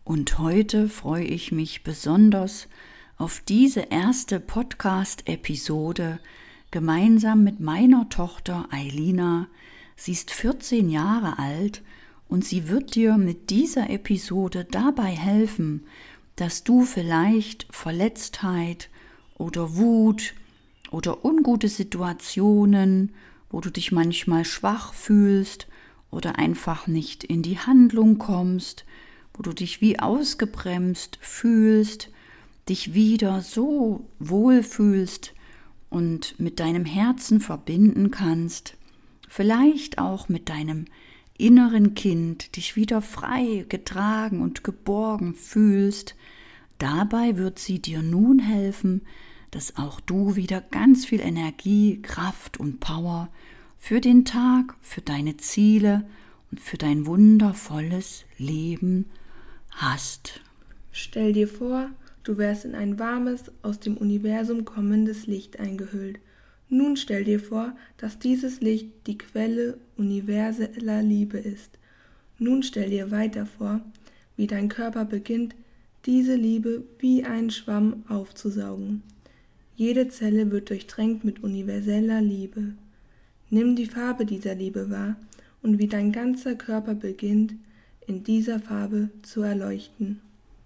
Und heute freue ich mich besonders auf diese erste Podcast-Episode gemeinsam mit meiner Tochter Eilina. Sie ist 14 Jahre alt und sie wird dir mit dieser Episode dabei helfen, dass du vielleicht Verletztheit oder Wut oder ungute Situationen, wo du dich manchmal schwach fühlst oder einfach nicht in die Handlung kommst, wo du dich wie ausgebremst fühlst, dich wieder so wohl fühlst und mit deinem Herzen verbinden kannst, vielleicht auch mit deinem inneren Kind, dich wieder frei, getragen und geborgen fühlst. Dabei wird sie dir nun helfen, dass auch du wieder ganz viel Energie, Kraft und Power für den Tag, für deine Ziele und für dein wundervolles Leben hast. Stell dir vor, du wärst in ein warmes, aus dem Universum kommendes Licht eingehüllt. Nun stell dir vor, dass dieses Licht die Quelle universeller Liebe ist. Nun stell dir weiter vor, wie dein Körper beginnt, diese Liebe wie einen Schwamm aufzusaugen. Jede Zelle wird durchtränkt mit universeller Liebe. Nimm die Farbe dieser Liebe wahr und wie dein ganzer Körper beginnt, in dieser Farbe zu erleuchten.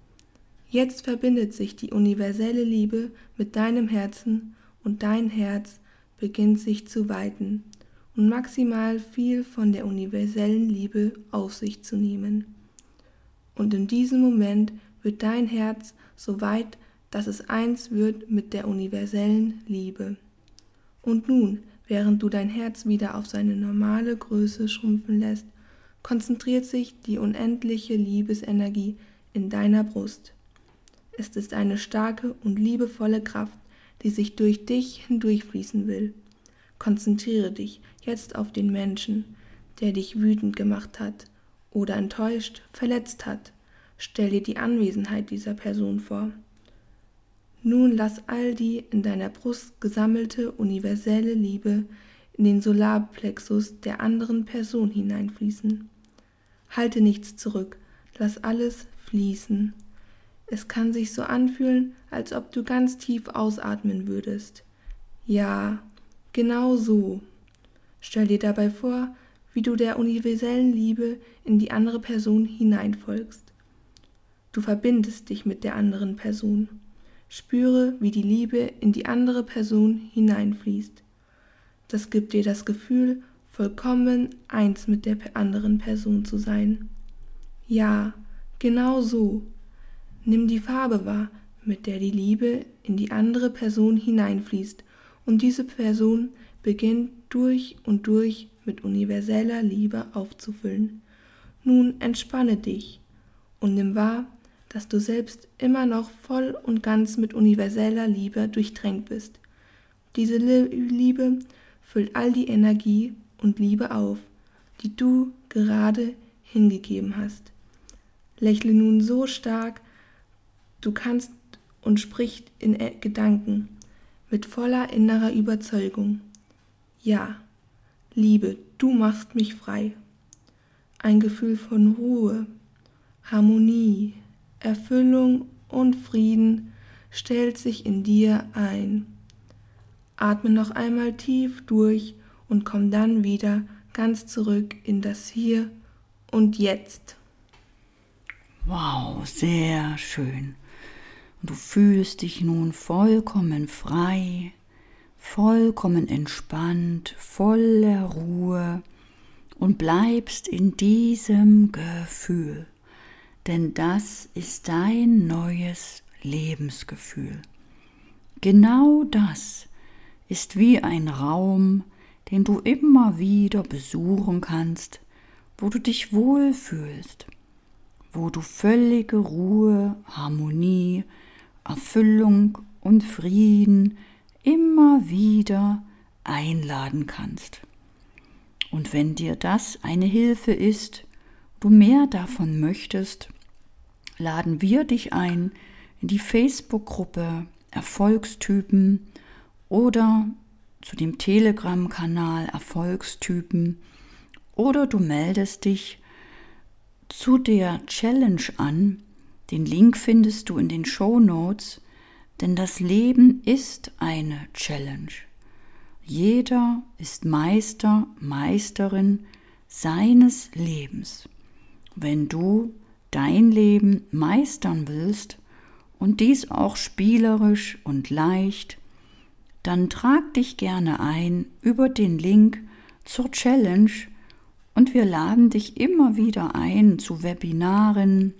Jetzt verbindet sich die universelle Liebe mit deinem Herzen und dein Herz beginnt sich zu weiten und maximal viel von der universellen Liebe auf sich zu nehmen. Und in diesem Moment wird dein Herz so weit, dass es eins wird mit der universellen Liebe. Und nun, während du dein Herz wieder auf seine normale Größe schrumpfen lässt, konzentriert sich die unendliche Liebesenergie in deiner Brust. Es ist eine starke und liebevolle Kraft, die sich durch dich hindurchfließen will. Konzentriere dich jetzt auf den Menschen, der dich wütend gemacht hat oder enttäuscht, verletzt hat. Stell dir die Anwesenheit dieser Person vor. Nun lass all die in deiner Brust gesammelte universelle Liebe in den Solarplexus der anderen Person hineinfließen. Halte nichts zurück, lass alles fließen. Es kann sich so anfühlen, als ob du ganz tief ausatmen würdest. Ja, genau so. Stell dir dabei vor, wie du der universellen Liebe in die andere Person hineinfolgst. Du verbindest dich mit der anderen Person. Spüre, wie die Liebe in die andere Person hineinfließt. Das gibt dir das Gefühl, vollkommen eins mit der anderen Person zu sein. Ja, genau so. Nimm die Farbe wahr, mit der die Liebe in die andere Person hineinfließt, und diese Person beginnt durch und durch mit universeller Liebe aufzufüllen. Nun entspanne dich und nimm wahr, dass du selbst immer noch voll und ganz mit universeller Liebe durchtränkt bist. Diese Liebe füllt all die Energie und Liebe auf, die du gerade hingegeben hast. Lächle nun so stark, du kannst und sprich in Gedanken mit voller innerer Überzeugung. Ja, Liebe, du machst mich frei. Ein Gefühl von Ruhe, Harmonie, Erfüllung und Frieden stellt sich in dir ein. Atme noch einmal tief durch und komm dann wieder ganz zurück in das Hier und Jetzt. Wow, sehr schön. Und du fühlst dich nun vollkommen frei, vollkommen entspannt, voller Ruhe und bleibst in diesem Gefühl. Denn das ist dein neues Lebensgefühl. Genau das ist wie ein Raum, den du immer wieder besuchen kannst, wo du dich wohlfühlst, wo du völlige Ruhe, Harmonie, Erfüllung und Frieden immer wieder einladen kannst. Und wenn dir das eine Hilfe ist, du mehr davon möchtest, laden wir dich ein in die Facebook-Gruppe Erfolgstypen oder zu dem Telegram-Kanal Erfolgstypen oder du meldest dich zu der Challenge an, Den Link findest du in den Shownotes, denn das Leben ist eine Challenge. Jeder ist Meister, Meisterin seines Lebens. Wenn du dein Leben meistern willst und dies auch spielerisch und leicht, dann trag dich gerne ein über den Link zur Challenge und wir laden dich immer wieder ein zu Webinaren,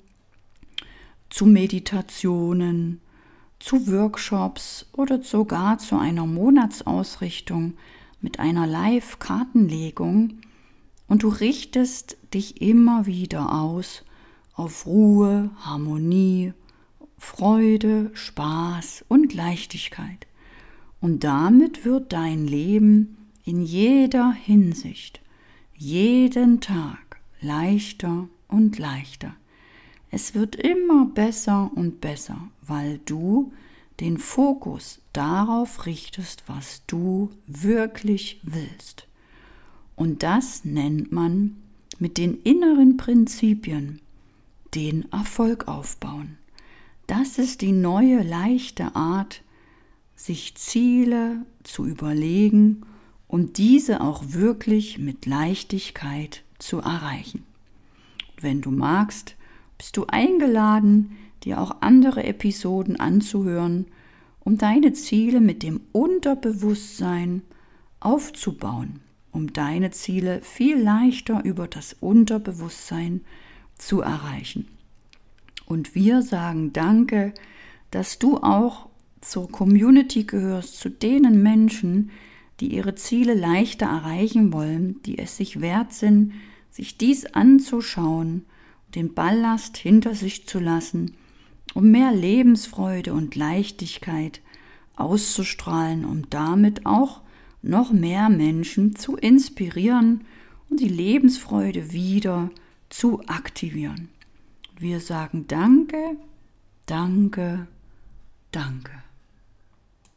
zu Meditationen, zu Workshops oder sogar zu einer Monatsausrichtung mit einer Live-Kartenlegung und du richtest dich immer wieder aus auf Ruhe, Harmonie, Freude, Spaß und Leichtigkeit. Und damit wird dein Leben in jeder Hinsicht, jeden Tag leichter und leichter. Es wird immer besser und besser, weil du den Fokus darauf richtest, was du wirklich willst. Und das nennt man mit den inneren Prinzipien den Erfolg aufbauen. Das ist die neue, leichte Art, sich Ziele zu überlegen und diese auch wirklich mit Leichtigkeit zu erreichen. Wenn du magst, bist du eingeladen, dir auch andere Episoden anzuhören, um deine Ziele mit dem Unterbewusstsein aufzubauen, um deine Ziele viel leichter über das Unterbewusstsein zu erreichen. Und wir sagen Danke, dass du auch zur Community gehörst, zu denen Menschen, die ihre Ziele leichter erreichen wollen, die es sich wert sind, sich dies anzuschauen, den Ballast hinter sich zu lassen, um mehr Lebensfreude und Leichtigkeit auszustrahlen, um damit auch noch mehr Menschen zu inspirieren und die Lebensfreude wieder zu aktivieren. Wir sagen Danke, danke, danke.